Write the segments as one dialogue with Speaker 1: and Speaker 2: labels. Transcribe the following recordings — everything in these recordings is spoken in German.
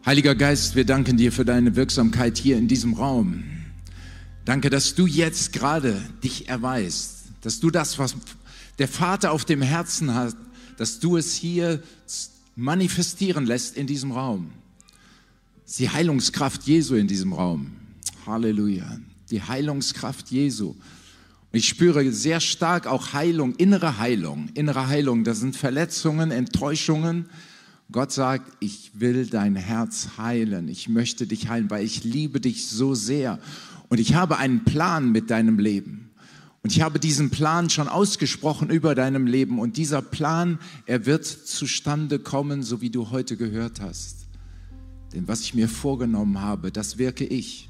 Speaker 1: Heiliger Geist, wir danken dir für deine Wirksamkeit hier in diesem Raum. Danke, dass du jetzt gerade dich erweist, dass du das, was der Vater auf dem Herzen hat, dass du es hier manifestieren lässt in diesem Raum. Es ist die Heilungskraft Jesu in diesem Raum. Halleluja. Die Heilungskraft Jesu. Ich spüre sehr stark auch Heilung, innere Heilung. Innere Heilung, das sind Verletzungen, Enttäuschungen. Gott sagt, ich will dein Herz heilen. Ich möchte dich heilen, weil ich liebe dich so sehr. Und ich habe einen Plan mit deinem Leben. Und ich habe diesen Plan schon ausgesprochen über deinem Leben. Und dieser Plan, er wird zustande kommen, so wie du heute gehört hast. Denn was ich mir vorgenommen habe, das wirke ich.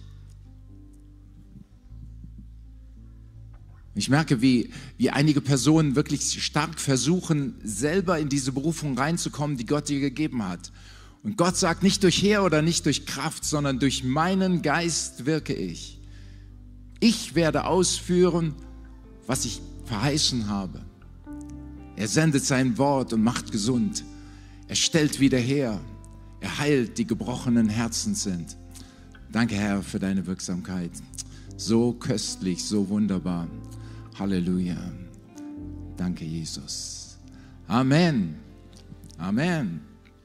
Speaker 1: Ich merke, wie einige Personen wirklich stark versuchen, selber in diese Berufung reinzukommen, die Gott dir gegeben hat. Und Gott sagt, nicht durch Heer oder nicht durch Kraft, sondern durch meinen Geist wirke ich. Ich werde ausführen, was ich verheißen habe. Er sendet sein Wort und macht gesund. Er stellt wieder her. Er heilt, die gebrochenen Herzen sind. Danke, Herr, für deine Wirksamkeit. So köstlich, so wunderbar. Halleluja. Danke, Jesus. Amen. Amen.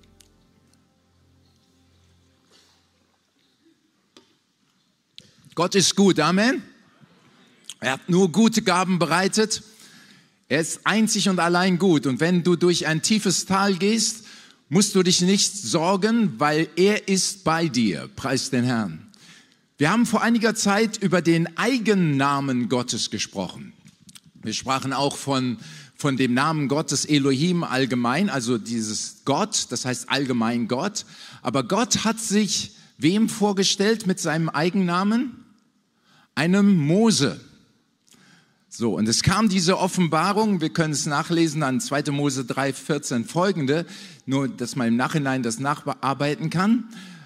Speaker 1: Gott ist gut. Amen. Er hat nur gute Gaben bereitet. Er ist einzig und allein gut. Und wenn du durch ein tiefes Tal gehst, musst du dich nicht sorgen, weil er ist bei dir. Preis den Herrn. Wir haben vor einiger Zeit über den Eigennamen Gottes gesprochen. Wir sprachen auch von dem Namen Gottes Elohim allgemein, also dieses Gott, das heißt allgemein Gott. Aber Gott hat sich wem vorgestellt mit seinem Eigennamen? Einem Mose. So, und es kam diese Offenbarung, wir können es nachlesen an 2. Mose 3,14 folgende, nur dass man im Nachhinein das nachbearbeiten kann.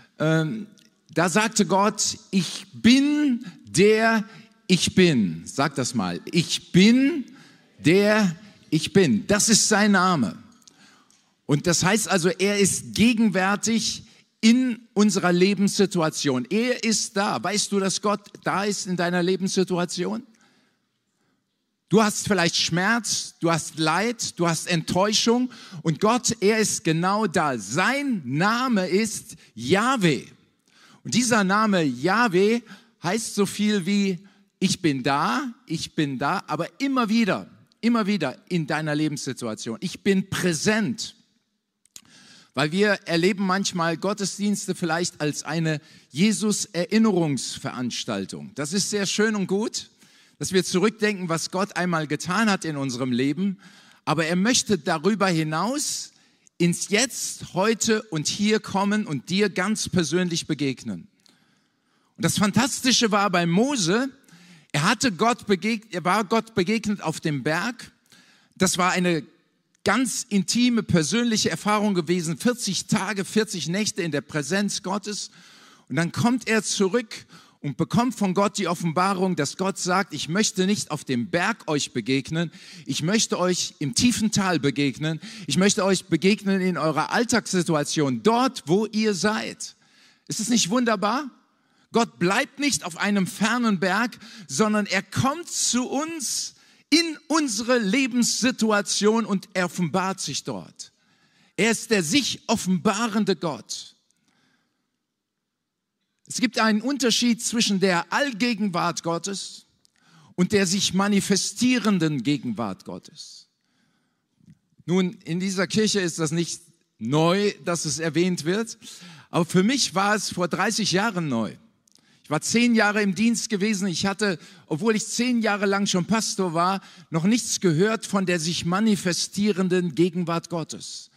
Speaker 1: Da sagte Gott, ich bin der ich bin. Sag das mal. Ich bin der ich bin. Das ist sein Name. Und das heißt also, er ist gegenwärtig in unserer Lebenssituation. Er ist da. Weißt du, dass Gott da ist in deiner Lebenssituation? Du hast vielleicht Schmerz, du hast Leid, du hast Enttäuschung und Gott, er ist genau da. Sein Name ist Jahwe. Und dieser Name Jahwe heißt so viel wie ich bin da, aber immer wieder in deiner Lebenssituation. Ich bin präsent. Weil wir erleben manchmal Gottesdienste vielleicht als eine Jesus-Erinnerungsveranstaltung. Das ist sehr schön und gut, dass wir zurückdenken, was Gott einmal getan hat in unserem Leben. Aber er möchte darüber hinaus ins Jetzt, heute und hier kommen und dir ganz persönlich begegnen. Und das Fantastische war bei Mose, er war Gott begegnet auf dem Berg. Das war eine ganz intime, persönliche Erfahrung gewesen. 40 Tage, 40 Nächte in der Präsenz Gottes. Und dann kommt er zurück und bekommt von Gott die Offenbarung, dass Gott sagt, ich möchte nicht auf dem Berg euch begegnen, ich möchte euch im tiefen Tal begegnen, ich möchte euch begegnen in eurer Alltagssituation, dort, wo ihr seid. Ist es nicht wunderbar? Gott bleibt nicht auf einem fernen Berg, sondern er kommt zu uns in unsere Lebenssituation und er offenbart sich dort. Er ist der sich offenbarende Gott. Es gibt einen Unterschied zwischen der Allgegenwart Gottes und der sich manifestierenden Gegenwart Gottes. Nun, in dieser Kirche ist das nicht neu, dass es erwähnt wird, aber für mich war es vor 30 Jahren neu. Ich war 10 Jahre im Dienst gewesen. Ich hatte, obwohl ich 10 Jahre lang schon Pastor war, noch nichts gehört von der sich manifestierenden Gegenwart Gottes.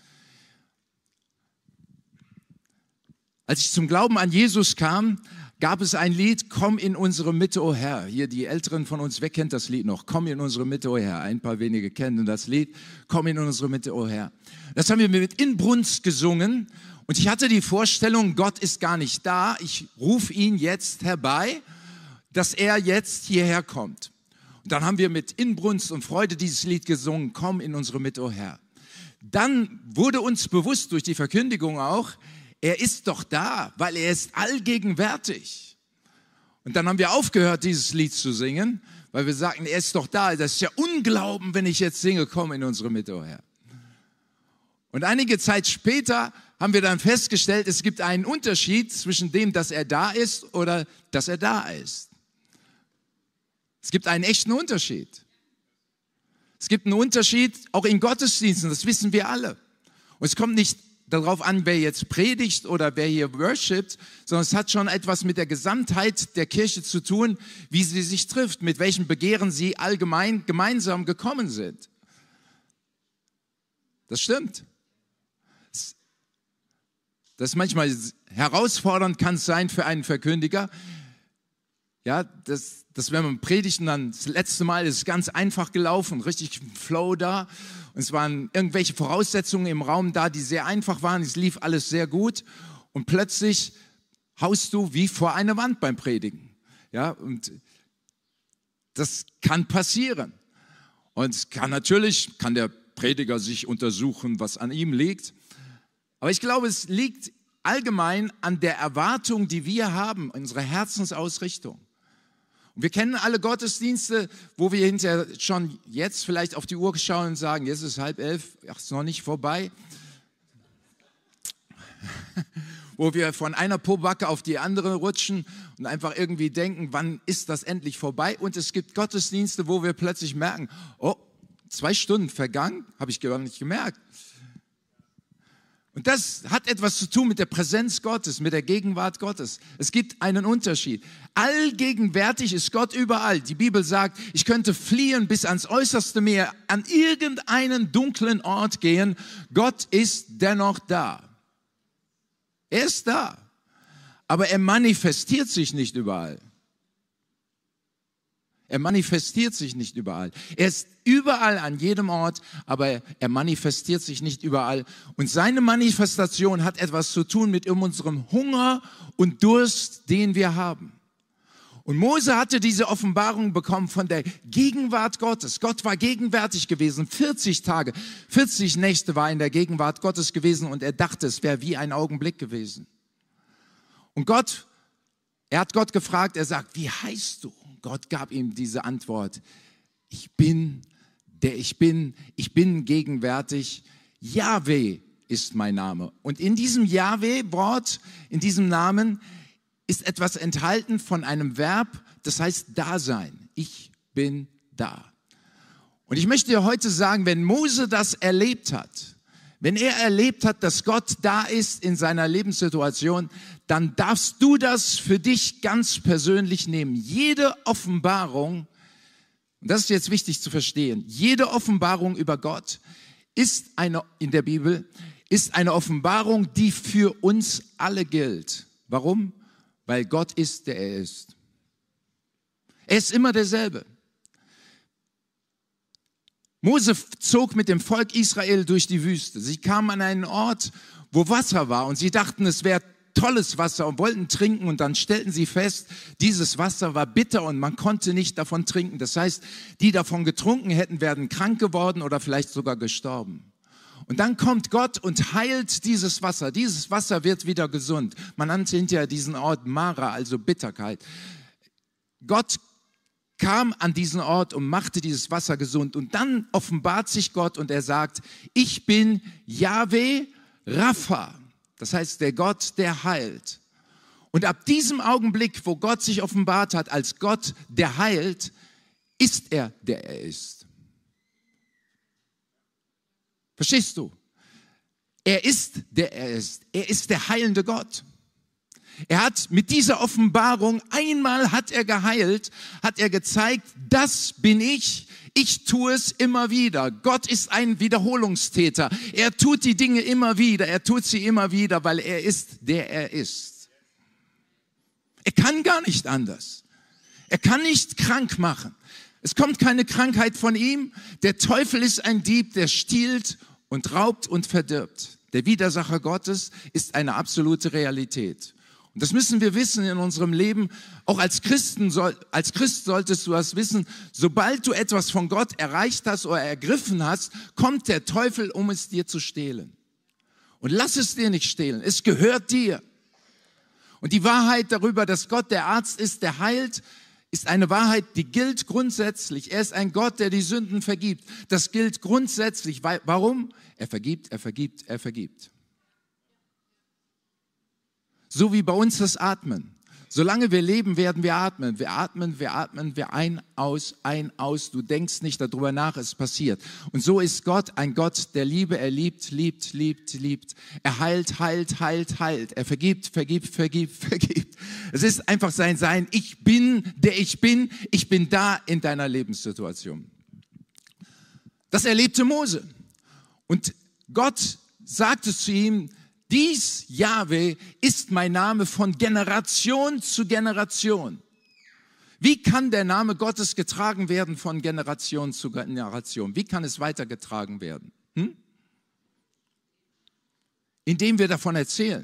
Speaker 1: Als ich zum Glauben an Jesus kam, gab es ein Lied, Komm in unsere Mitte, o Herr. Hier, die Älteren von uns, wer kennt das Lied noch? Komm in unsere Mitte, o Herr. Ein paar wenige kennen das Lied, Komm in unsere Mitte, o Herr. Das haben wir mit Inbrunst gesungen. Und ich hatte die Vorstellung, Gott ist gar nicht da. Ich rufe ihn jetzt herbei, dass er jetzt hierher kommt. Und dann haben wir mit Inbrunst und Freude dieses Lied gesungen, Komm in unsere Mitte, o Herr. Dann wurde uns bewusst durch die Verkündigung auch, er ist doch da, weil er ist allgegenwärtig. Und dann haben wir aufgehört, dieses Lied zu singen, weil wir sagten, er ist doch da. Das ist ja Unglauben, wenn ich jetzt singe, komm in unsere Mitte, oh Herr. Und einige Zeit später haben wir dann festgestellt, es gibt einen Unterschied zwischen dem, dass er da ist oder dass er da ist. Es gibt einen echten Unterschied. Es gibt einen Unterschied auch in Gottesdiensten, das wissen wir alle. Und es kommt nicht darauf an, wer jetzt predigt oder wer hier worshipt, sondern es hat schon etwas mit der Gesamtheit der Kirche zu tun, wie sie sich trifft, mit welchem Begehren sie allgemein gemeinsam gekommen sind. Das stimmt. Das manchmal herausfordernd kann es sein für einen Verkündiger. Ja, dass wenn man predigt, dann das letzte Mal ist es ganz einfach gelaufen, richtig Flow da. Und es waren irgendwelche Voraussetzungen im Raum da, die sehr einfach waren. Es lief alles sehr gut. Und plötzlich haust du wie vor eine Wand beim Predigen. Ja, und das kann passieren. Und es kann der Prediger sich untersuchen, was an ihm liegt. Aber ich glaube, es liegt allgemein an der Erwartung, die wir haben, unsere Herzensausrichtung. Und wir kennen alle Gottesdienste, wo wir hinterher schon jetzt vielleicht auf die Uhr schauen und sagen, jetzt ist 10:30, ach, ist noch nicht vorbei. Wo wir von einer Pobacke auf die andere rutschen und einfach irgendwie denken, wann ist das endlich vorbei? Und es gibt Gottesdienste, wo wir plötzlich merken, oh, 2 Stunden vergangen, habe ich gar nicht gemerkt. Und das hat etwas zu tun mit der Präsenz Gottes, mit der Gegenwart Gottes. Es gibt einen Unterschied. Allgegenwärtig ist Gott überall. Die Bibel sagt, ich könnte fliehen bis ans äußerste Meer, an irgendeinen dunklen Ort gehen. Gott ist dennoch da. Er ist da. Aber er manifestiert sich nicht überall. Er manifestiert sich nicht überall. Er ist überall an jedem Ort, aber er manifestiert sich nicht überall. Und seine Manifestation hat etwas zu tun mit unserem Hunger und Durst, den wir haben. Und Mose hatte diese Offenbarung bekommen von der Gegenwart Gottes. Gott war gegenwärtig gewesen, 40 Tage, 40 Nächte war in der Gegenwart Gottes gewesen und er dachte, es wäre wie ein Augenblick gewesen. Und er hat Gott gefragt, er sagt, wie heißt du? Gott gab ihm diese Antwort. Ich bin, der ich bin gegenwärtig. Jahwe ist mein Name. Und in diesem Jahwe-Wort, in diesem Namen, ist etwas enthalten von einem Verb, das heißt Dasein. Ich bin da. Und ich möchte dir heute sagen, wenn Mose das erlebt hat, wenn er erlebt hat, dass Gott da ist in seiner Lebenssituation, dann darfst du das für dich ganz persönlich nehmen. Jede Offenbarung, und das ist jetzt wichtig zu verstehen, jede Offenbarung über Gott in der Bibel ist eine Offenbarung, die für uns alle gilt. Warum? Weil Gott ist, der er ist. Er ist immer derselbe. Mose zog mit dem Volk Israel durch die Wüste. Sie kamen an einen Ort, wo Wasser war und sie dachten, es wäre tolles Wasser und wollten trinken und dann stellten sie fest, dieses Wasser war bitter und man konnte nicht davon trinken. Das heißt, die davon getrunken hätten, wären krank geworden oder vielleicht sogar gestorben. Und dann kommt Gott und heilt dieses Wasser. Dieses Wasser wird wieder gesund. Man nannte hinterher diesen Ort Mara, also Bitterkeit. Gott kam an diesen Ort und machte dieses Wasser gesund. Und dann offenbart sich Gott und er sagt, ich bin Jahwe Rapha. Das heißt, der Gott, der heilt. Und ab diesem Augenblick, wo Gott sich offenbart hat als Gott, der heilt, ist er, der er ist. Verstehst du? Er ist, der er ist. Er ist der heilende Gott. Er hat mit dieser Offenbarung, einmal hat er geheilt, hat er gezeigt, das bin ich tue es immer wieder. Gott ist ein Wiederholungstäter. Er tut die Dinge immer wieder, er tut sie immer wieder, weil er ist, der er ist. Er kann gar nicht anders. Er kann nicht krank machen. Es kommt keine Krankheit von ihm. Der Teufel ist ein Dieb, der stiehlt und raubt und verdirbt. Der Widersacher Gottes ist eine absolute Realität. Und das müssen wir wissen in unserem Leben. Auch als Christ solltest du das wissen. Sobald du etwas von Gott erreicht hast oder ergriffen hast, kommt der Teufel, um es dir zu stehlen. Und lass es dir nicht stehlen. Es gehört dir. Und die Wahrheit darüber, dass Gott der Arzt ist, der heilt, ist eine Wahrheit, die gilt grundsätzlich. Er ist ein Gott, der die Sünden vergibt. Das gilt grundsätzlich. Warum? Er vergibt, er vergibt, er vergibt. So wie bei uns das Atmen. Solange wir leben, werden wir atmen. Wir atmen, wir atmen, wir ein, aus. Du denkst nicht darüber nach, es passiert. Und so ist Gott ein Gott der Liebe. Er liebt, liebt, liebt, liebt. Er heilt, heilt, heilt, heilt. Er vergibt, vergibt, vergibt, vergibt. Es ist einfach sein Sein. Ich bin, der ich bin. Ich bin da in deiner Lebenssituation. Das erlebte Mose. Und Gott sagte zu ihm, dies, Jahwe, ist mein Name von Generation zu Generation. Wie kann der Name Gottes getragen werden von Generation zu Generation? Wie kann es weitergetragen werden? Indem wir davon erzählen.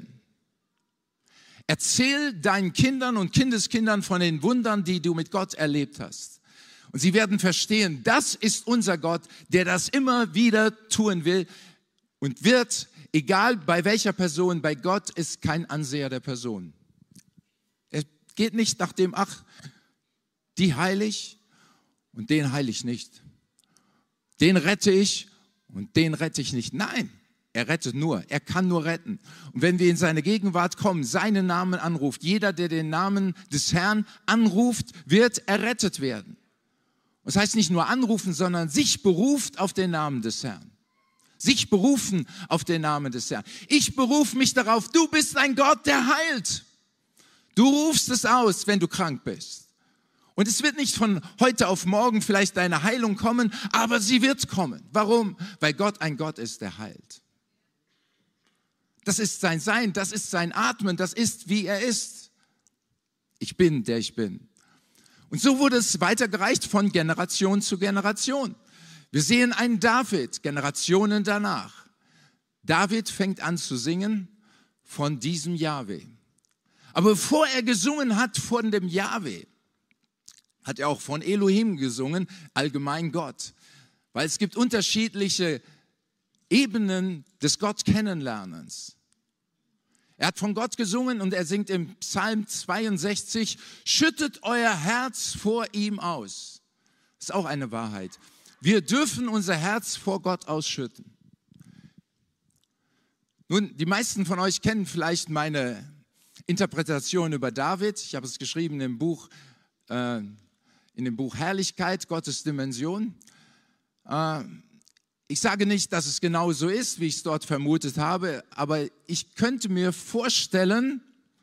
Speaker 1: Erzähl deinen Kindern und Kindeskindern von den Wundern, die du mit Gott erlebt hast. Und sie werden verstehen, das ist unser Gott, der das immer wieder tun will und wird. Egal bei welcher Person, bei Gott ist kein Anseher der Person. Er geht nicht nach dem, ach, die heilig und den heile ich nicht. Den rette ich und den rette ich nicht. Nein, er rettet nur, er kann nur retten. Und wenn wir in seine Gegenwart kommen, seinen Namen anruft, jeder, der den Namen des Herrn anruft, wird errettet werden. Und das heißt nicht nur anrufen, sondern sich beruft auf den Namen des Herrn. Sich berufen auf den Namen des Herrn. Ich berufe mich darauf, du bist ein Gott, der heilt. Du rufst es aus, wenn du krank bist. Und es wird nicht von heute auf morgen vielleicht deine Heilung kommen, aber sie wird kommen. Warum? Weil Gott ein Gott ist, der heilt. Das ist sein Sein, das ist sein Atmen, das ist, wie er ist. Ich bin, der ich bin. Und so wurde es weitergereicht von Generation zu Generation. Wir sehen einen David, Generationen danach. David fängt an zu singen von diesem Jahwe. Aber bevor er gesungen hat von dem Jahwe, hat er auch von Elohim gesungen, allgemein Gott. Weil es gibt unterschiedliche Ebenen des Gott-Kennenlernens. Er hat von Gott gesungen und er singt im Psalm 62, schüttet euer Herz vor ihm aus. Das ist auch eine Wahrheit. Wir dürfen unser Herz vor Gott ausschütten. Nun, die meisten von euch kennen vielleicht meine Interpretation über David. Ich habe es geschrieben in dem Buch Herrlichkeit, Gottes Dimension. Ich sage nicht, dass es genau so ist, wie ich es dort vermutet habe, aber ich könnte mir vorstellen,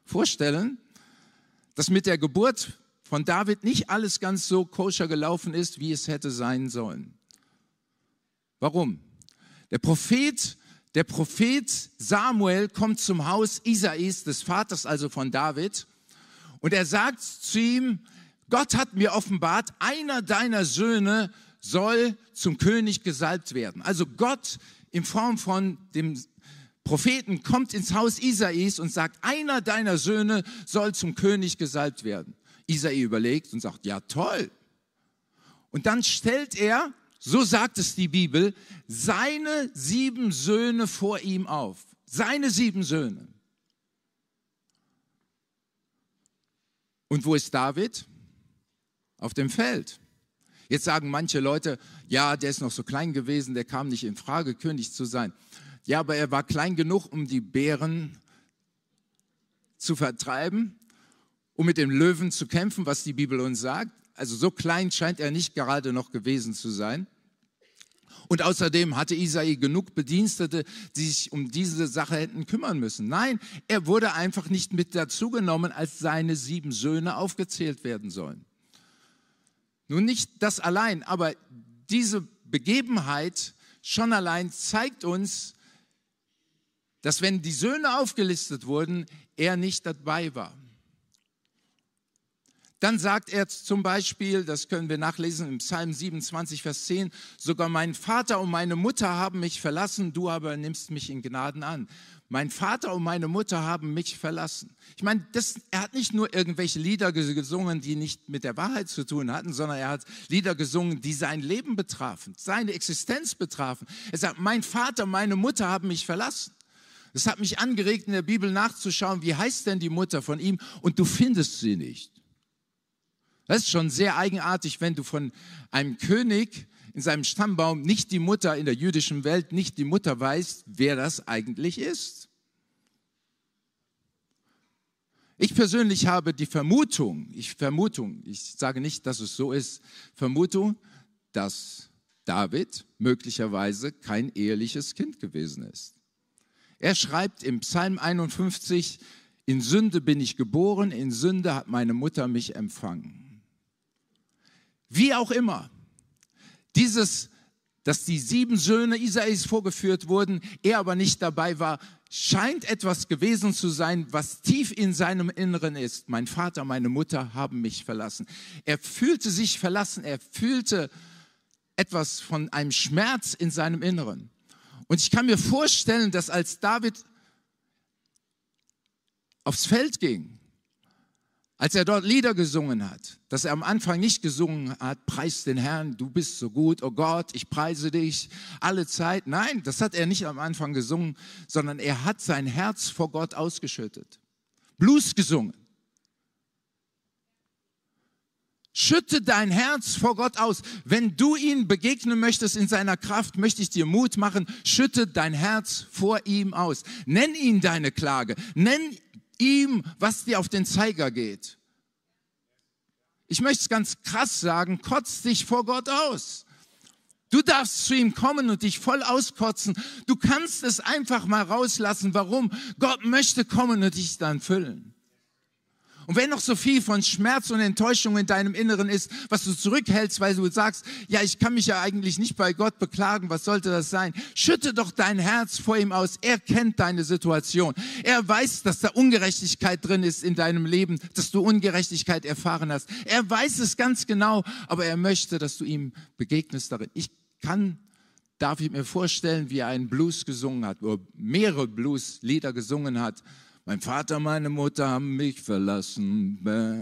Speaker 1: dass mit der Geburt von David nicht alles ganz so koscher gelaufen ist, wie es hätte sein sollen. Warum? Der Prophet Samuel kommt zum Haus Isais, des Vaters also von David, und er sagt zu ihm, Gott hat mir offenbart, einer deiner Söhne soll zum König gesalbt werden. Also Gott in Form von dem Propheten kommt ins Haus Isais und sagt, einer deiner Söhne soll zum König gesalbt werden. Isai überlegt und sagt, ja toll. Und dann stellt er, so sagt es die Bibel, seine 7 Söhne vor ihm auf. Seine 7 Söhne. Und wo ist David? Auf dem Feld. Jetzt sagen manche Leute, ja, der ist noch so klein gewesen, der kam nicht in Frage, König zu sein. Ja, aber er war klein genug, um die Bären zu vertreiben, um mit dem Löwen zu kämpfen, was die Bibel uns sagt. Also so klein scheint er nicht gerade noch gewesen zu sein. Und außerdem hatte Isai genug Bedienstete, die sich um diese Sache hätten kümmern müssen. Nein, er wurde einfach nicht mit dazugenommen, als seine 7 Söhne aufgezählt werden sollen. Nun nicht das allein, aber diese Begebenheit schon allein zeigt uns, dass wenn die Söhne aufgelistet wurden, er nicht dabei war. Dann sagt er zum Beispiel, das können wir nachlesen im Psalm 27, Vers 10, sogar mein Vater und meine Mutter haben mich verlassen, du aber nimmst mich in Gnaden an. Mein Vater und meine Mutter haben mich verlassen. Ich meine, er hat nicht nur irgendwelche Lieder gesungen, die nicht mit der Wahrheit zu tun hatten, sondern er hat Lieder gesungen, die sein Leben betrafen, seine Existenz betrafen. Er sagt, mein Vater, meine Mutter haben mich verlassen. Es hat mich angeregt, in der Bibel nachzuschauen, wie heißt denn die Mutter von ihm? Und du findest sie nicht. Das ist schon sehr eigenartig, wenn du von einem König in seinem Stammbaum nicht die Mutter in der jüdischen Welt, nicht die Mutter weißt, wer das eigentlich ist. Ich persönlich habe die Vermutung, ich sage nicht, dass es so ist, Vermutung, dass David möglicherweise kein eheliches Kind gewesen ist. Er schreibt im Psalm 51, in Sünde bin ich geboren, in Sünde hat meine Mutter mich empfangen. Wie auch immer, dass die 7 Söhne Isais vorgeführt wurden, er aber nicht dabei war, scheint etwas gewesen zu sein, was tief in seinem Inneren ist. Mein Vater, meine Mutter haben mich verlassen. Er fühlte sich verlassen, er fühlte etwas von einem Schmerz in seinem Inneren. Und ich kann mir vorstellen, dass als David aufs Feld ging, als er dort Lieder gesungen hat, dass er am Anfang nicht gesungen hat, preis den Herrn, du bist so gut, oh Gott, ich preise dich alle Zeit. Nein, das hat er nicht am Anfang gesungen, sondern er hat sein Herz vor Gott ausgeschüttet. Blues gesungen. Schütte dein Herz vor Gott aus. Wenn du ihm begegnen möchtest in seiner Kraft, möchte ich dir Mut machen, schütte dein Herz vor ihm aus. Nenn ihn deine Klage. Nenn ihm, was dir auf den Zeiger geht. Ich möchte es ganz krass sagen, kotz dich vor Gott aus. Du darfst zu ihm kommen und dich voll auskotzen. Du kannst es einfach mal rauslassen. Warum? Gott möchte kommen und dich dann füllen. Und wenn noch so viel von Schmerz und Enttäuschung in deinem Inneren ist, was du zurückhältst, weil du sagst, ja, ich kann mich ja eigentlich nicht bei Gott beklagen, was sollte das sein? Schütte doch dein Herz vor ihm aus. Er kennt deine Situation. Er weiß, dass da Ungerechtigkeit drin ist in deinem Leben, dass du Ungerechtigkeit erfahren hast. Er weiß es ganz genau, aber er möchte, dass du ihm begegnest darin. Darf ich mir vorstellen, wie er einen Blues gesungen hat, oder mehrere Blues-Lieder gesungen hat. Mein Vater, meine Mutter haben mich verlassen.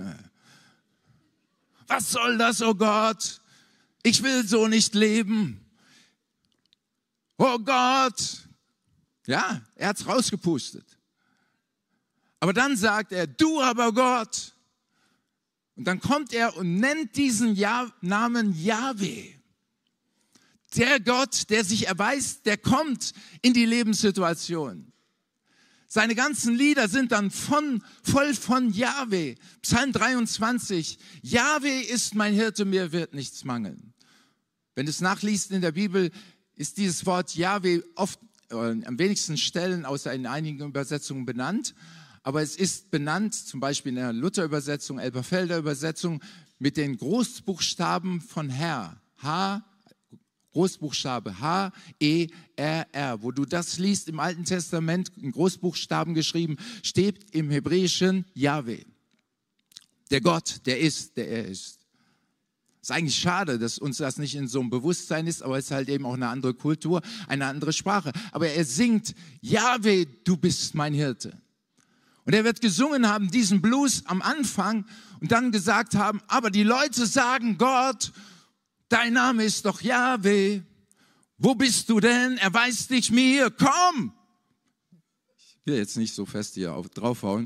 Speaker 1: Was soll das, oh Gott? Ich will so nicht leben. Oh Gott. Ja, er hat's rausgepustet. Aber dann sagt er, du aber Gott. Und dann kommt er und nennt diesen Namen Jahwe. Der Gott, der sich erweist, der kommt in die Lebenssituation. Seine ganzen Lieder sind dann voll von Jahwe. Psalm 23, Jahwe ist mein Hirte, mir wird nichts mangeln. Wenn du es nachliest in der Bibel, ist dieses Wort Jahwe oft am wenigsten Stellen, außer in einigen Übersetzungen benannt. Aber es ist benannt, zum Beispiel in der Luther-Übersetzung, Elberfelder Übersetzung, mit den Großbuchstaben von Herr. Großbuchstabe H-E-R-R. Wo du das liest im Alten Testament, in Großbuchstaben geschrieben, steht im Hebräischen Jahwe. Der Gott, der ist, der er ist. Ist eigentlich schade, dass uns das nicht in so einem Bewusstsein ist, aber es ist halt eben auch eine andere Kultur, eine andere Sprache. Aber er singt, Jahwe, du bist mein Hirte. Und er wird gesungen haben, diesen Blues am Anfang und dann gesagt haben, aber die Leute sagen, Gott, dein Name ist doch Jahwe. Wo bist du denn? Erweis dich mir. Komm! Ich will jetzt nicht so fest hier draufhauen.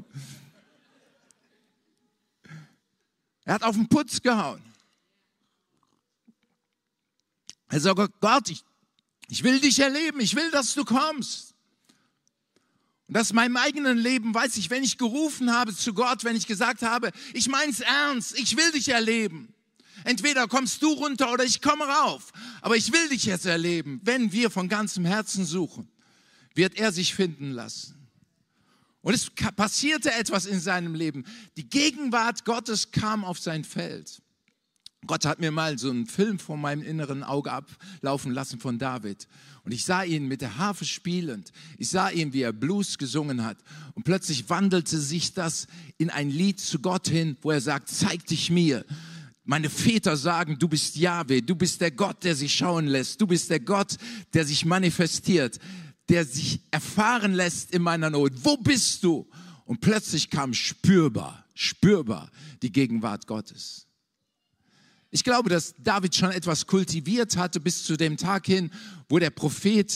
Speaker 1: Er hat auf den Putz gehauen. Er sagt, Gott, ich will dich erleben. Ich will, dass du kommst. Und aus meinem eigenen Leben weiß ich, wenn ich gerufen habe zu Gott, wenn ich gesagt habe, ich mein's ernst, ich will dich erleben. Entweder kommst du runter oder ich komme rauf. Aber ich will dich jetzt erleben. Wenn wir von ganzem Herzen suchen, wird er sich finden lassen. Und es passierte etwas in seinem Leben. Die Gegenwart Gottes kam auf sein Feld. Gott hat mir mal so einen Film vor meinem inneren Auge ablaufen lassen von David. Und ich sah ihn mit der Harfe spielend. Ich sah ihn, wie er Blues gesungen hat. Und plötzlich wandelte sich das in ein Lied zu Gott hin, wo er sagt, zeig dich mir. Meine Väter sagen, du bist Jahwe, du bist der Gott, der sich schauen lässt. Du bist der Gott, der sich manifestiert, der sich erfahren lässt in meiner Not. Wo bist du? Und plötzlich kam spürbar die Gegenwart Gottes. Ich glaube, dass David schon etwas kultiviert hatte bis zu dem Tag hin, wo der Prophet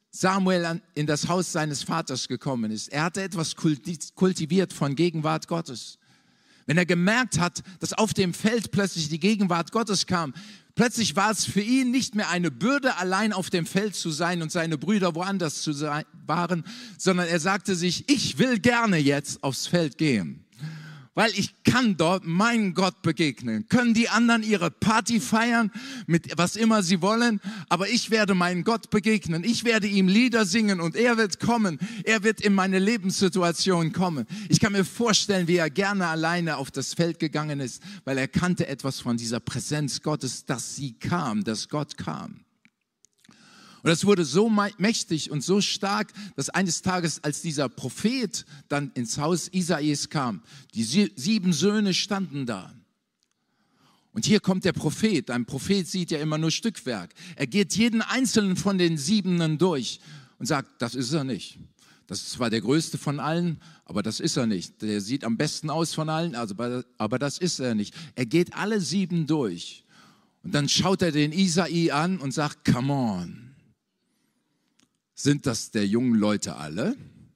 Speaker 1: Samuel in das Haus seines Vaters gekommen ist. Er hatte etwas kultiviert von Gegenwart Gottes. Wenn er gemerkt hat, dass auf dem Feld plötzlich die Gegenwart Gottes kam, plötzlich war es für ihn nicht mehr eine Bürde, allein auf dem Feld zu sein und seine Brüder woanders zu sein waren, sondern er sagte sich, ich will gerne jetzt aufs Feld gehen, weil ich kann dort meinem Gott begegnen. Können die anderen ihre Party feiern mit was immer sie wollen, aber ich werde meinem Gott begegnen. Ich werde ihm Lieder singen und er wird kommen. Er wird in meine Lebenssituation kommen. Ich kann mir vorstellen, wie er gerne alleine auf das Feld gegangen ist, weil er kannte etwas von dieser Präsenz Gottes, dass sie kam, dass Gott kam. Und das wurde so mächtig und so stark, dass eines Tages, als dieser Prophet dann ins Haus Isais kam, die 7 Söhne standen da. Und hier kommt der Prophet. Ein Prophet sieht ja immer nur Stückwerk. Er geht jeden einzelnen von den 7 durch und sagt, das ist er nicht. Das ist zwar der größte von allen, aber das ist er nicht. Der sieht am besten aus von allen, aber das ist er nicht. Er geht alle 7 durch. Und dann schaut er den Isai an und sagt, come on. Sind das der jungen Leute alle?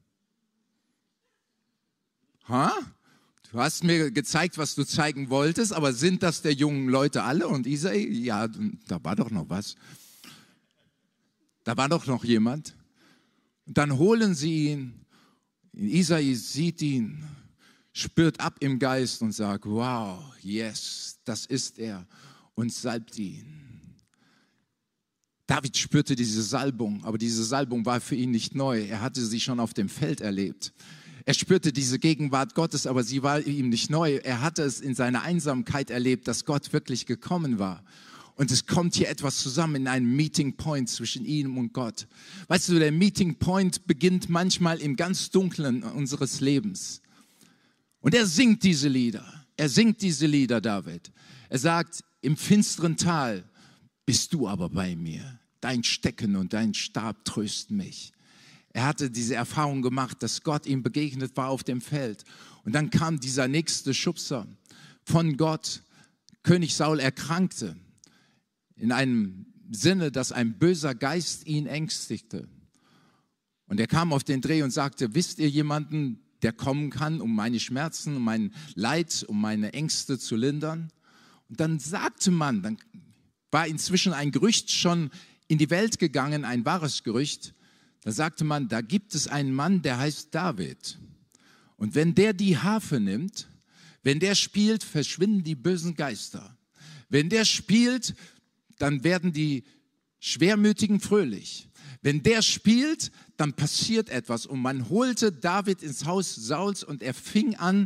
Speaker 1: Ha? Du hast mir gezeigt, was du zeigen wolltest, aber sind das der jungen Leute alle? Und Isai, ja, da war doch noch was. Da war doch noch jemand. Und dann holen sie ihn. Isai sieht ihn, spürt ab im Geist und sagt, wow, yes, das ist er. Und salbt ihn. David spürte diese Salbung, aber diese Salbung war für ihn nicht neu. Er hatte sie schon auf dem Feld erlebt. Er spürte diese Gegenwart Gottes, aber sie war ihm nicht neu. Er hatte es in seiner Einsamkeit erlebt, dass Gott wirklich gekommen war. Und es kommt hier etwas zusammen in einem Meeting Point zwischen ihm und Gott. Weißt du, der Meeting Point beginnt manchmal im ganz Dunklen unseres Lebens. Und er singt diese Lieder. Er singt diese Lieder, David. Er sagt, im finsteren Tal bist du aber bei mir. Dein Stecken und dein Stab trösten mich. Er hatte diese Erfahrung gemacht, dass Gott ihm begegnet war auf dem Feld. Und dann kam dieser nächste Schubser von Gott. König Saul erkrankte in einem Sinne, dass ein böser Geist ihn ängstigte. Und er kam auf den Dreh und sagte, wisst ihr jemanden, der kommen kann, um meine Schmerzen, um mein Leid, um meine Ängste zu lindern? Und dann sagte man, dann war inzwischen ein Gerücht schon in die Welt gegangen, ein wahres Gerücht. Da sagte man, da gibt es einen Mann, der heißt David. Und wenn der die Harfe nimmt, wenn der spielt, verschwinden die bösen Geister. Wenn der spielt, dann werden die Schwermütigen fröhlich. Wenn der spielt, dann passiert etwas. Und man holte David ins Haus Sauls und er fing an,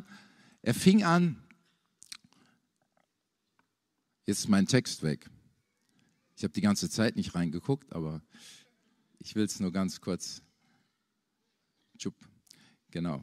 Speaker 1: jetzt ist mein Text weg. Ich habe die ganze Zeit nicht reingeguckt, aber ich will es nur ganz kurz. Genau.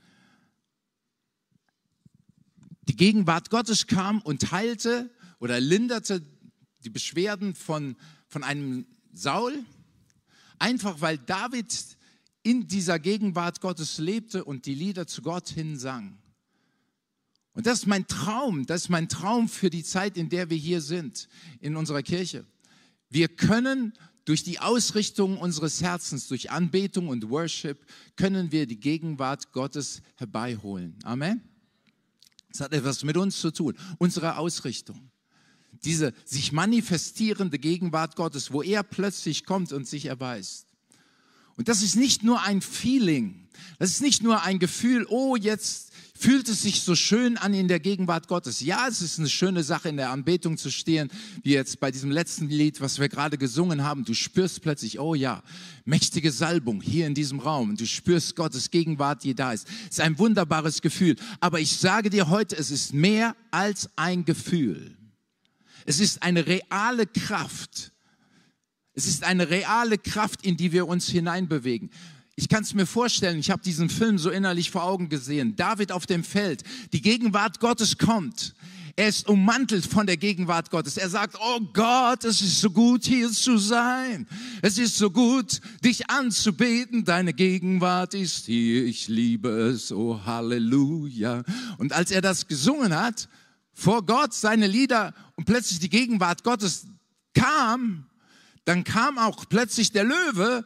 Speaker 1: Die Gegenwart Gottes kam und heilte oder linderte die Beschwerden von einem Saul, einfach weil David in dieser Gegenwart Gottes lebte und die Lieder zu Gott hin sang. Und das ist mein Traum für die Zeit, in der wir hier sind, in unserer Kirche. Wir können durch die Ausrichtung unseres Herzens, durch Anbetung und Worship, können wir die Gegenwart Gottes herbeiholen. Amen. Das hat etwas mit uns zu tun, unsere Ausrichtung. Diese sich manifestierende Gegenwart Gottes, wo er plötzlich kommt und sich erweist. Und das ist nicht nur ein Feeling, das ist nicht nur ein Gefühl, oh, jetzt fühlt es sich so schön an in der Gegenwart Gottes. Ja, es ist eine schöne Sache, in der Anbetung zu stehen, wie jetzt bei diesem letzten Lied, was wir gerade gesungen haben. Du spürst plötzlich, oh ja, mächtige Salbung hier in diesem Raum. Du spürst Gottes Gegenwart, die da ist. Es ist ein wunderbares Gefühl. Aber ich sage dir heute, es ist mehr als ein Gefühl. Es ist eine reale Kraft. Es ist eine reale Kraft, in die wir uns hineinbewegen. Ich kann es mir vorstellen, ich habe diesen Film so innerlich vor Augen gesehen. David auf dem Feld, die Gegenwart Gottes kommt. Er ist ummantelt von der Gegenwart Gottes. Er sagt, oh Gott, es ist so gut, hier zu sein. Es ist so gut, dich anzubeten. Deine Gegenwart ist hier, ich liebe es, oh Halleluja. Und als er das gesungen hat, vor Gott seine Lieder und plötzlich die Gegenwart Gottes kam, dann kam auch plötzlich der Löwe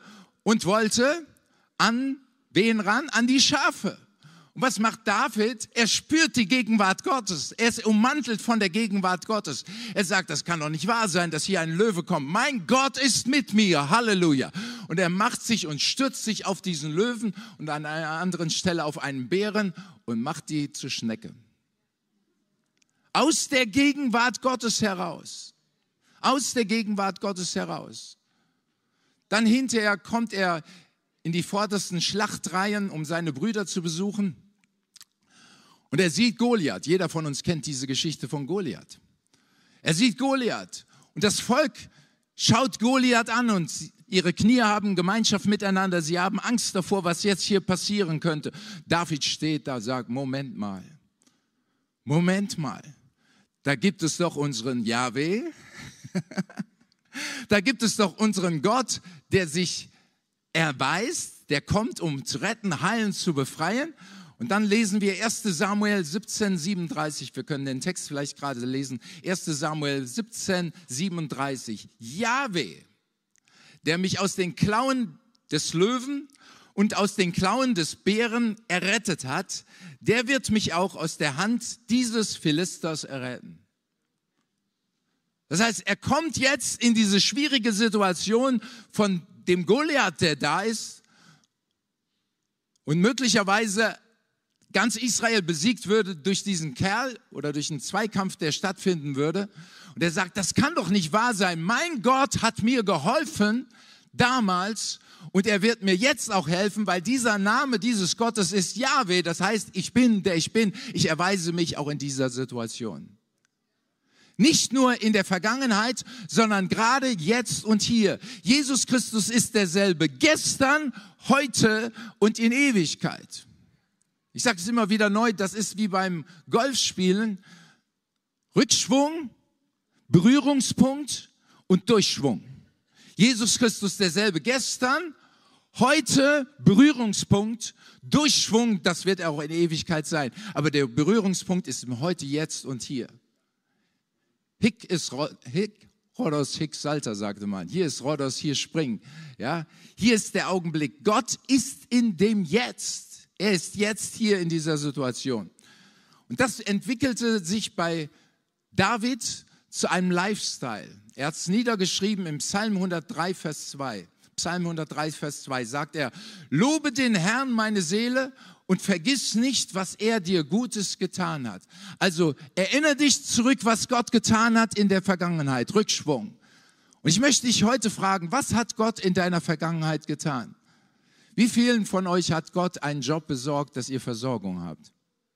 Speaker 1: und wollte an wen ran? An die Schafe. Und was macht David? Er spürt die Gegenwart Gottes. Er ist ummantelt von der Gegenwart Gottes. Er sagt, das kann doch nicht wahr sein, dass hier ein Löwe kommt. Mein Gott ist mit mir. Halleluja. Und er macht sich und stürzt sich auf diesen Löwen und an einer anderen Stelle auf einen Bären und macht die zur Schnecke. Aus der Gegenwart Gottes heraus. Aus der Gegenwart Gottes heraus. Dann hinterher kommt er in die vordersten Schlachtreihen, um seine Brüder zu besuchen. Und er sieht Goliath. Jeder von uns kennt diese Geschichte von Goliath. Er sieht Goliath. Und das Volk schaut Goliath an und ihre Knie haben Gemeinschaft miteinander. Sie haben Angst davor, was jetzt hier passieren könnte. David steht da, sagt, Moment mal. Da gibt es doch unseren Jahwe. Da gibt es doch unseren Gott, der sich erweist, der kommt, um zu retten, heilen, zu befreien. Und dann lesen wir 1. Samuel 17, 37. Wir können den Text vielleicht gerade lesen. 1. Samuel 17, 37. Jahwe, der mich aus den Klauen des Löwen und aus den Klauen des Bären errettet hat, der wird mich auch aus der Hand dieses Philisters erretten. Das heißt, er kommt jetzt in diese schwierige Situation von dem Goliath, der da ist und möglicherweise ganz Israel besiegt würde durch diesen Kerl oder durch einen Zweikampf, der stattfinden würde. Und er sagt, das kann doch nicht wahr sein. Mein Gott hat mir geholfen damals und er wird mir jetzt auch helfen, weil dieser Name dieses Gottes ist Jahwe. Das heißt, ich bin, der ich bin. Ich erweise mich auch in dieser Situation. Nicht nur in der Vergangenheit, sondern gerade jetzt und hier. Jesus Christus ist derselbe gestern, heute und in Ewigkeit. Ich sage es immer wieder neu, das ist wie beim Golfspielen. Rückschwung, Berührungspunkt und Durchschwung. Jesus Christus derselbe gestern, heute Berührungspunkt, Durchschwung, das wird auch in Ewigkeit sein. Aber der Berührungspunkt ist im Heute, Jetzt und Hier. Hic, Rhodos, hic salta, sagte man. Hier ist Rhodos, hier spring. Ja, hier ist der Augenblick. Gott ist in dem Jetzt. Er ist jetzt hier in dieser Situation. Und das entwickelte sich bei David zu einem Lifestyle. Er hat es niedergeschrieben im Psalm 103, Vers 2. Psalm 103, Vers 2 sagt er, lobe den Herrn, meine Seele, und vergiss nicht, was er dir Gutes getan hat. Also erinnere dich zurück, was Gott getan hat in der Vergangenheit. Rückschwung. Und ich möchte dich heute fragen, was hat Gott in deiner Vergangenheit getan? Wie vielen von euch hat Gott einen Job besorgt, dass ihr Versorgung habt?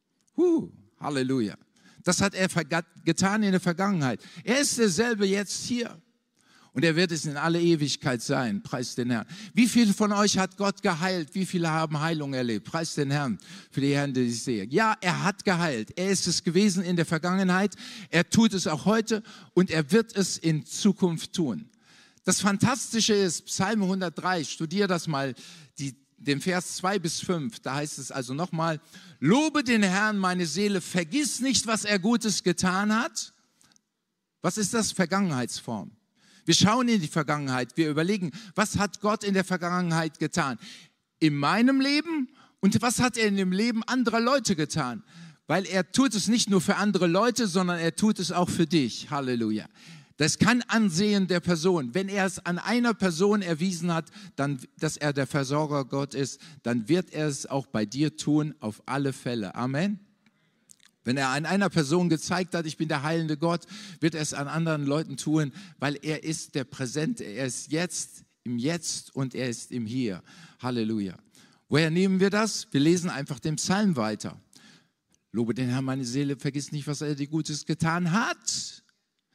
Speaker 1: Halleluja. Das hat er getan in der Vergangenheit. Er ist derselbe jetzt hier. Und er wird es in alle Ewigkeit sein. Preis den Herrn. Wie viele von euch hat Gott geheilt? Wie viele haben Heilung erlebt? Preis den Herrn für die Hände, die ich sehe. Ja, er hat geheilt. Er ist es gewesen in der Vergangenheit. Er tut es auch heute und er wird es in Zukunft tun. Das Fantastische ist, Psalm 103, studier das mal, den Vers 2 bis 5. Da heißt es also nochmal, lobe den Herrn, meine Seele, vergiss nicht, was er Gutes getan hat. Was ist das? Vergangenheitsform. Wir schauen in die Vergangenheit, wir überlegen, was hat Gott in der Vergangenheit getan? In meinem Leben und was hat er in dem Leben anderer Leute getan? Weil er tut es nicht nur für andere Leute, sondern er tut es auch für dich. Halleluja. Das kann Ansehen der Person. Wenn er es an einer Person erwiesen hat, dann, dass er der Versorger Gott ist, dann wird er es auch bei dir tun, auf alle Fälle. Amen. Wenn er an einer Person gezeigt hat, ich bin der heilende Gott, wird er es an anderen Leuten tun, weil er ist der Präsente. Er ist jetzt im Jetzt und er ist im Hier. Halleluja. Woher nehmen wir das? Wir lesen einfach den Psalm weiter. Lobe den Herrn, meine Seele, vergiss nicht, was er dir Gutes getan hat.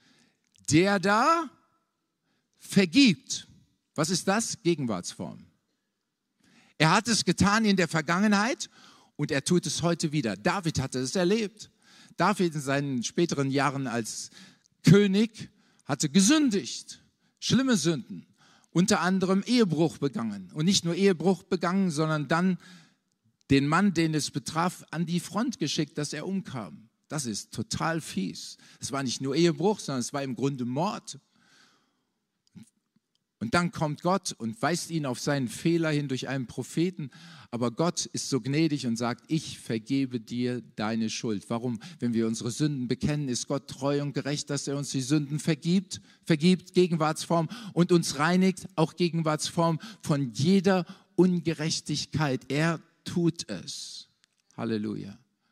Speaker 1: Der da vergibt. Was ist das? Gegenwartsform. Er hat es getan in der Vergangenheit und er tut es heute wieder. David hatte es erlebt. David in seinen späteren Jahren als König hatte gesündigt. Schlimme Sünden. Unter anderem Ehebruch begangen. Und nicht nur Ehebruch begangen, sondern dann den Mann, den es betraf, an die Front geschickt, dass er umkam. Das ist total fies. Es war nicht nur Ehebruch, sondern es war im Grunde Mord. Und dann kommt Gott und weist ihn auf seinen Fehler hin durch einen Propheten. Aber Gott ist so gnädig und sagt, ich vergebe dir deine Schuld. Warum? Wenn wir unsere Sünden bekennen, ist Gott treu und gerecht, dass er uns die Sünden vergibt, Gegenwartsform, und uns reinigt, auch Gegenwartsform, von jeder Ungerechtigkeit. Er tut es. Halleluja.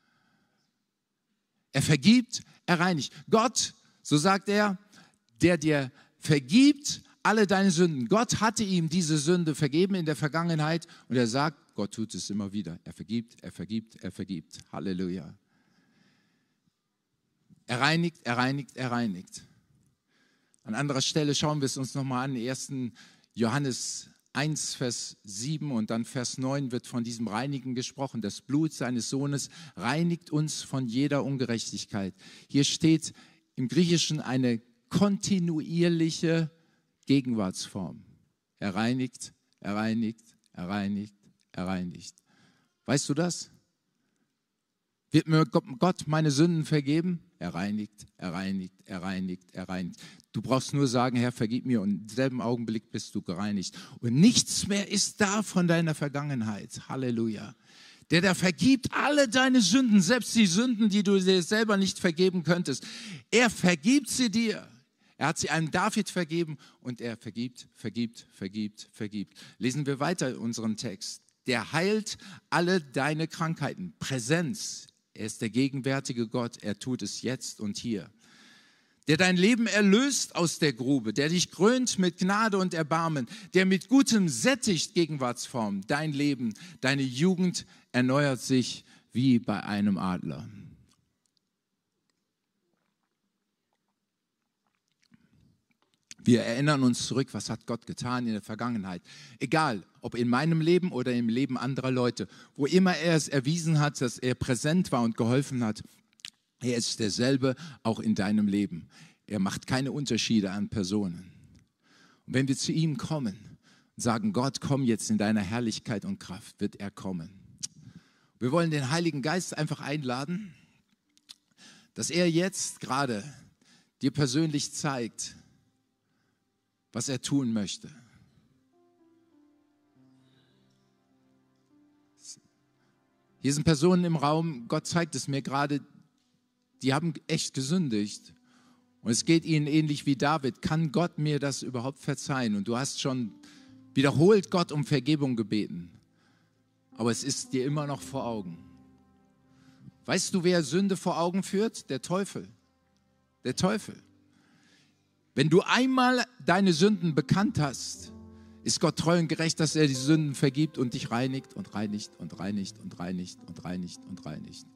Speaker 1: Er vergibt, er reinigt. Gott, so sagt er, der dir vergibt alle deine Sünden. Gott hatte ihm diese Sünde vergeben in der Vergangenheit und er sagt, Gott tut es immer wieder. Er vergibt, er vergibt, er vergibt. Halleluja. Er reinigt, er reinigt, er reinigt. An anderer Stelle schauen wir es uns nochmal an. 1. Johannes 1, Vers 7 und dann Vers 9 wird von diesem Reinigen gesprochen. Das Blut seines Sohnes reinigt uns von jeder Ungerechtigkeit. Hier steht im Griechischen eine kontinuierliche Gegenwartsform. Er reinigt, er reinigt, er reinigt, er reinigt. Weißt du das? Wird mir Gott meine Sünden vergeben? Er reinigt, er reinigt, er reinigt, er reinigt. Du brauchst nur sagen, Herr, vergib mir, und im selben Augenblick bist du gereinigt. Und nichts mehr ist da von deiner Vergangenheit. Halleluja. Der vergibt alle deine Sünden, selbst die Sünden, die du dir selber nicht vergeben könntest. Er vergibt sie dir. Er hat sie einem David vergeben und er vergibt, vergibt, vergibt, vergibt. Lesen wir weiter unseren Text. Der heilt alle deine Krankheiten. Präsenz. Er ist der gegenwärtige Gott. Er tut es jetzt und hier. Der dein Leben erlöst aus der Grube, der dich krönt mit Gnade und Erbarmen, der mit Gutem sättigt, Gegenwartsform, dein Leben, deine Jugend erneuert sich wie bei einem Adler. Wir erinnern uns zurück, was hat Gott getan in der Vergangenheit. Egal, ob in meinem Leben oder im Leben anderer Leute. Wo immer er es erwiesen hat, dass er präsent war und geholfen hat, er ist derselbe auch in deinem Leben. Er macht keine Unterschiede an Personen. Und wenn wir zu ihm kommen und sagen, Gott, komm jetzt in deiner Herrlichkeit und Kraft, wird er kommen. Wir wollen den Heiligen Geist einfach einladen, dass er jetzt gerade dir persönlich zeigt, was er tun möchte. Hier sind Personen im Raum, Gott zeigt es mir gerade, die haben echt gesündigt. Und es geht ihnen ähnlich wie David. Kann Gott mir das überhaupt verzeihen? Und du hast schon wiederholt Gott um Vergebung gebeten. Aber es ist dir immer noch vor Augen. Weißt du, wer Sünde vor Augen führt? Der Teufel. Der Teufel. Wenn du einmal deine Sünden bekannt hast, ist Gott treu und gerecht, dass er die Sünden vergibt und dich reinigt und reinigt und reinigt und reinigt und reinigt und reinigt.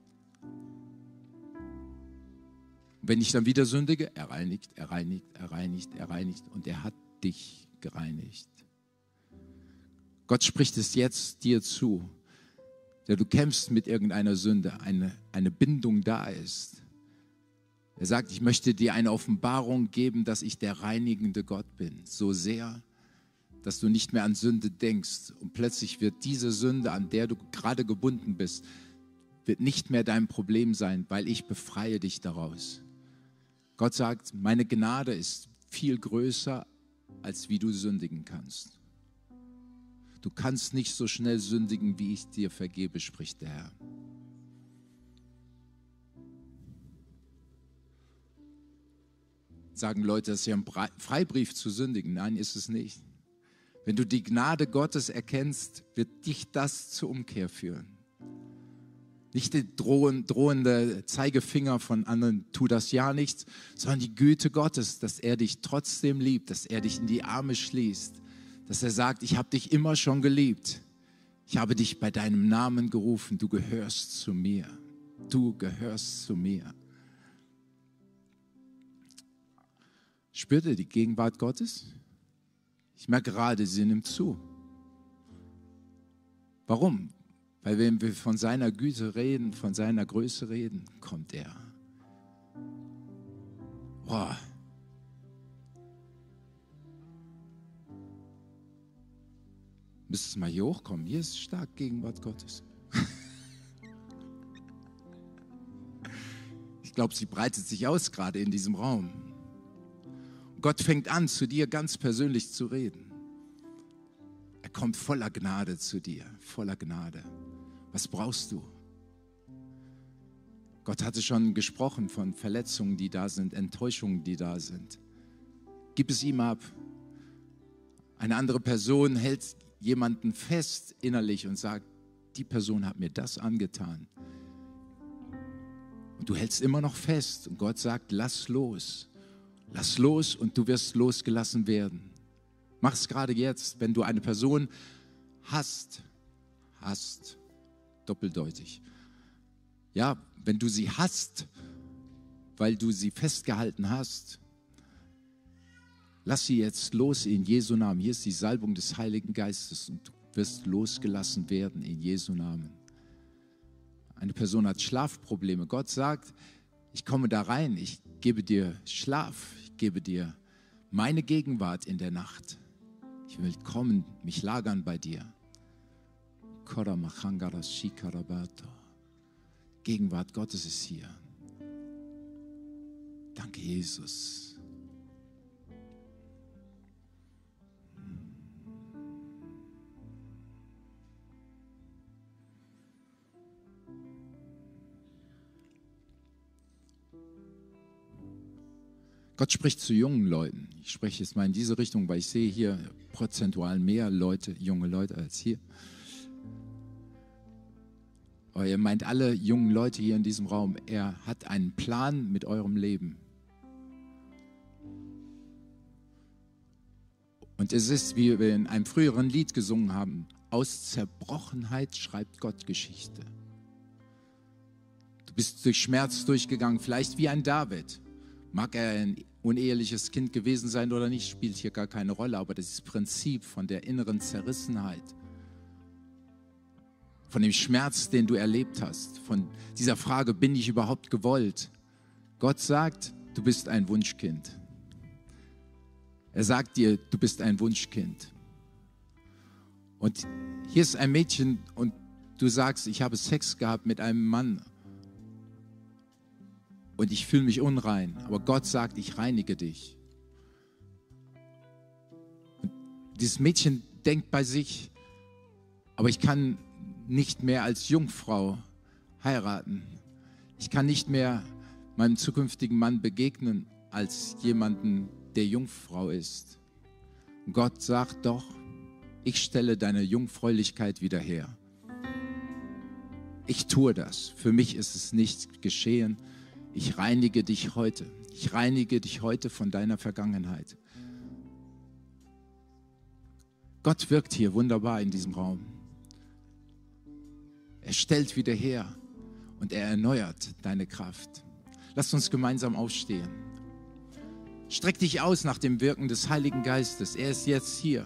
Speaker 1: Und wenn ich dann wieder sündige, er reinigt, er reinigt, er reinigt, er reinigt und er hat dich gereinigt. Gott spricht es jetzt dir zu, der du kämpfst mit irgendeiner Sünde, eine Bindung da ist. Er sagt, ich möchte dir eine Offenbarung geben, dass ich der reinigende Gott bin. So sehr, dass du nicht mehr an Sünde denkst. Und plötzlich wird diese Sünde, an der du gerade gebunden bist, wird nicht mehr dein Problem sein, weil ich befreie dich daraus. Gott sagt, meine Gnade ist viel größer, als wie du sündigen kannst. Du kannst nicht so schnell sündigen, wie ich dir vergebe, spricht der Herr. Sagen Leute, das ist ja ein Freibrief zu sündigen. Nein, ist es nicht. Wenn du die Gnade Gottes erkennst, wird dich das zur Umkehr führen. Nicht der drohende Zeigefinger von anderen, tu das ja nicht, sondern die Güte Gottes, dass er dich trotzdem liebt, dass er dich in die Arme schließt, dass er sagt, ich habe dich immer schon geliebt. Ich habe dich bei deinem Namen gerufen, du gehörst zu mir. Du gehörst zu mir. Spürt ihr die Gegenwart Gottes? Ich merke gerade, sie nimmt zu. Warum? Weil wenn wir von seiner Güte reden, von seiner Größe reden, kommt er. Boah. Müsstest du mal hier hochkommen. Hier ist stark Gegenwart Gottes. Ich glaube, sie breitet sich aus gerade in diesem Raum. Gott fängt an, zu dir ganz persönlich zu reden. Er kommt voller Gnade zu dir, voller Gnade. Was brauchst du? Gott hatte schon gesprochen von Verletzungen, die da sind, Enttäuschungen, die da sind. Gib es ihm ab. Eine andere Person hält jemanden fest innerlich und sagt, die Person hat mir das angetan. Und du hältst immer noch fest und Gott sagt, lass los. Lass los und du wirst losgelassen werden. Mach es gerade jetzt, wenn du eine Person hasst, doppeldeutig. Ja, wenn du sie hasst, weil du sie festgehalten hast, lass sie jetzt los in Jesu Namen. Hier ist die Salbung des Heiligen Geistes und du wirst losgelassen werden in Jesu Namen. Eine Person hat Schlafprobleme. Gott sagt, ich komme da rein, ich gebe dir Schlaf, ich gebe dir meine Gegenwart in der Nacht. Ich will kommen, mich lagern bei dir. Gegenwart Gottes ist hier. Danke, Jesus. Gott spricht zu jungen Leuten. Ich spreche jetzt mal in diese Richtung, weil ich sehe hier prozentual mehr Leute, junge Leute als hier. Aber ihr meint alle jungen Leute hier in diesem Raum, er hat einen Plan mit eurem Leben. Und es ist, wie wir in einem früheren Lied gesungen haben, aus Zerbrochenheit schreibt Gott Geschichte. Du bist durch Schmerz durchgegangen, vielleicht wie ein David. Mag er ein uneheliches Kind gewesen sein oder nicht, spielt hier gar keine Rolle, aber das Prinzip von der inneren Zerrissenheit, von dem Schmerz, den du erlebt hast, von dieser Frage, bin ich überhaupt gewollt? Gott sagt, du bist ein Wunschkind. Er sagt dir, du bist ein Wunschkind. Und hier ist ein Mädchen und du sagst, ich habe Sex gehabt mit einem Mann und ich fühle mich unrein. Aber Gott sagt, ich reinige dich. Und dieses Mädchen denkt bei sich, aber ich kann nicht mehr als Jungfrau heiraten. Ich kann nicht mehr meinem zukünftigen Mann begegnen als jemanden, der Jungfrau ist. Und Gott sagt doch, ich stelle deine Jungfräulichkeit wieder her. Ich tue das. Für mich ist es nicht geschehen. Ich reinige dich heute. Ich reinige dich heute von deiner Vergangenheit. Gott wirkt hier wunderbar in diesem Raum. Er stellt wieder her und er erneuert deine Kraft. Lass uns gemeinsam aufstehen. Streck dich aus nach dem Wirken des Heiligen Geistes. Er ist jetzt hier.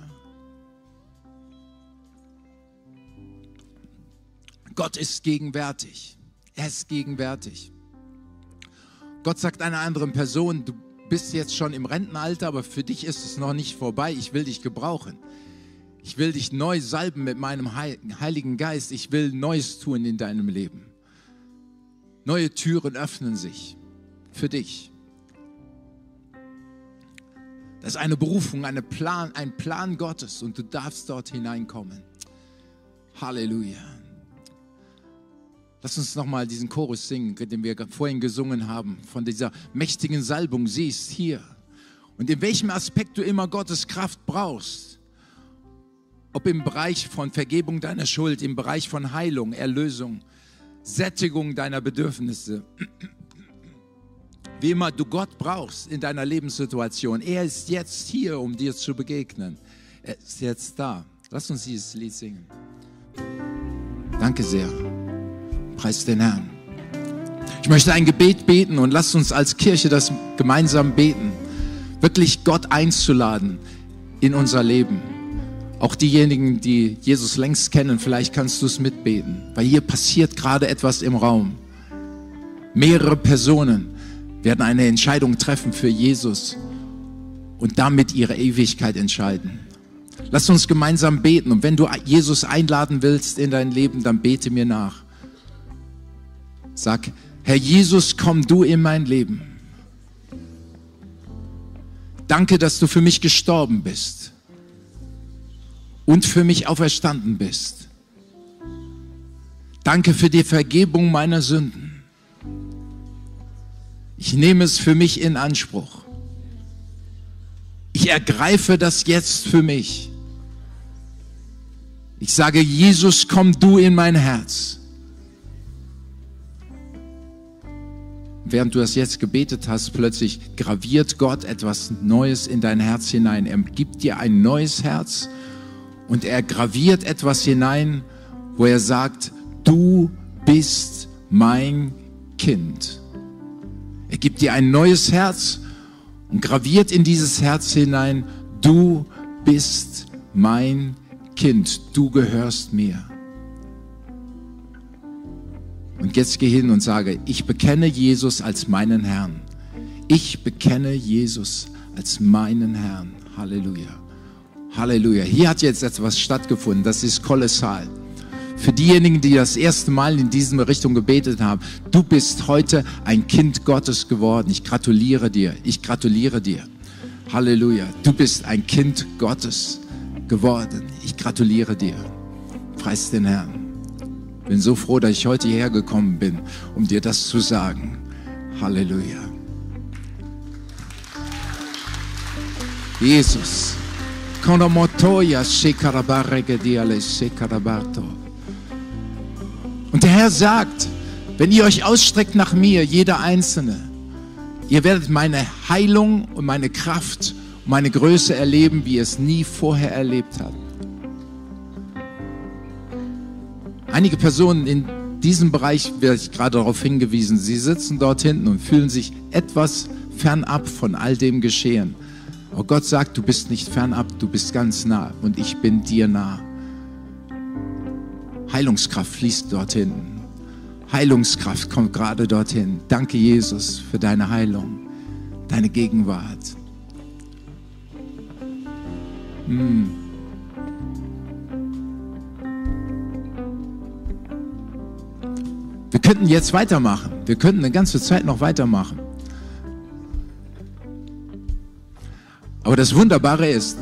Speaker 1: Gott ist gegenwärtig. Er ist gegenwärtig. Gott sagt einer anderen Person, du bist jetzt schon im Rentenalter, aber für dich ist es noch nicht vorbei. Ich will dich gebrauchen. Ich will dich neu salben mit meinem Heiligen Geist. Ich will Neues tun in deinem Leben. Neue Türen öffnen sich für dich. Das ist eine Berufung, ein Plan Gottes und du darfst dort hineinkommen. Halleluja. Lass uns nochmal diesen Chorus singen, den wir vorhin gesungen haben, von dieser mächtigen Salbung. Sie ist hier. Und in welchem Aspekt du immer Gottes Kraft brauchst, ob im Bereich von Vergebung deiner Schuld, im Bereich von Heilung, Erlösung, Sättigung deiner Bedürfnisse, wie immer du Gott brauchst in deiner Lebenssituation, er ist jetzt hier, um dir zu begegnen. Er ist jetzt da. Lass uns dieses Lied singen. Danke sehr. Preis den Herrn. Ich möchte ein Gebet beten und lasst uns als Kirche das gemeinsam beten. Wirklich Gott einzuladen in unser Leben. Auch diejenigen, die Jesus längst kennen, vielleicht kannst du es mitbeten. Weil hier passiert gerade etwas im Raum. Mehrere Personen werden eine Entscheidung treffen für Jesus und damit ihre Ewigkeit entscheiden. Lass uns gemeinsam beten. Und wenn du Jesus einladen willst in dein Leben, dann bete mir nach. Sag, Herr Jesus, komm du in mein Leben. Danke, dass du für mich gestorben bist und für mich auferstanden bist. Danke für die Vergebung meiner Sünden. Ich nehme es für mich in Anspruch. Ich ergreife das jetzt für mich. Ich sage, Jesus, komm du in mein Herz. Während du das jetzt gebetet hast, plötzlich graviert Gott etwas Neues in dein Herz hinein. Er gibt dir ein neues Herz und er graviert etwas hinein, wo er sagt, du bist mein Kind. Er gibt dir ein neues Herz und graviert in dieses Herz hinein, du bist mein Kind, du gehörst mir. Und jetzt geh hin und sage, ich bekenne Jesus als meinen Herrn. Ich bekenne Jesus als meinen Herrn. Halleluja. Halleluja. Hier hat jetzt etwas stattgefunden, das ist kolossal. Für diejenigen, die das erste Mal in diese Richtung gebetet haben, du bist heute ein Kind Gottes geworden. Ich gratuliere dir. Ich gratuliere dir. Halleluja. Du bist ein Kind Gottes geworden. Ich gratuliere dir. Preis den Herrn. Bin so froh, dass ich heute hierher gekommen bin, um dir das zu sagen. Halleluja. Jesus. Und der Herr sagt, wenn ihr euch ausstreckt nach mir, jeder Einzelne, ihr werdet meine Heilung und meine Kraft und meine Größe erleben, wie ihr es nie vorher erlebt habt. Einige Personen in diesem Bereich werde ich gerade darauf hingewiesen. Sie sitzen dort hinten und fühlen sich etwas fernab von all dem Geschehen. Aber Gott sagt, du bist nicht fernab, du bist ganz nah und ich bin dir nah. Heilungskraft fließt dorthin. Heilungskraft kommt gerade dorthin. Danke, Jesus, für deine Heilung, deine Gegenwart. Wir könnten jetzt weitermachen. Wir könnten eine ganze Zeit noch weitermachen. Aber das Wunderbare ist,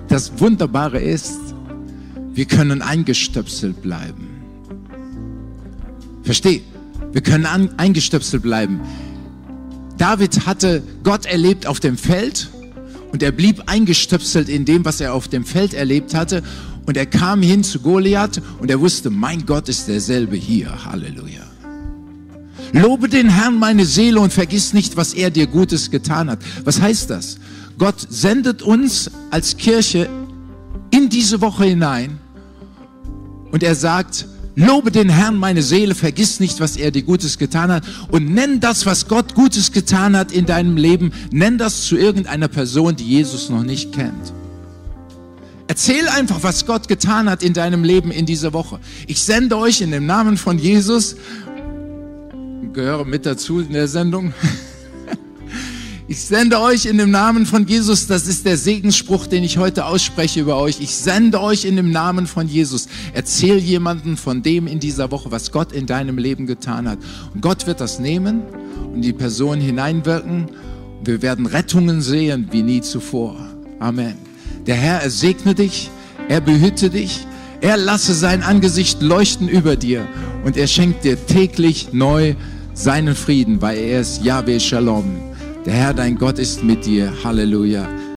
Speaker 1: wir können eingestöpselt bleiben. Versteh? Wir können eingestöpselt bleiben. David hatte Gott erlebt auf dem Feld und er blieb eingestöpselt in dem, was er auf dem Feld erlebt hatte. Und er kam hin zu Goliath und er wusste, mein Gott ist derselbe hier. Halleluja. Lobe den Herrn meine Seele und vergiss nicht, was er dir Gutes getan hat. Was heißt das? Gott sendet uns als Kirche in diese Woche hinein und er sagt, lobe den Herrn meine Seele, vergiss nicht, was er dir Gutes getan hat und nenn das, was Gott Gutes getan hat in deinem Leben, nenn das zu irgendeiner Person, die Jesus noch nicht kennt. Erzähl einfach, was Gott getan hat in deinem Leben in dieser Woche. Ich sende euch in dem Namen von Jesus, gehöre mit dazu in der Sendung, ich sende euch in dem Namen von Jesus, das ist der Segensspruch, den ich heute ausspreche über euch. Ich sende euch in dem Namen von Jesus. Erzähl jemandem von dem in dieser Woche, was Gott in deinem Leben getan hat. Und Gott wird das nehmen und die Person hineinwirken. Und wir werden Rettungen sehen wie nie zuvor. Amen. Der Herr, er segne dich, er behüte dich, er lasse sein Angesicht leuchten über dir und er schenkt dir täglich neu seinen Frieden, weil er ist Yahweh Shalom. Der Herr, dein Gott ist mit dir. Halleluja.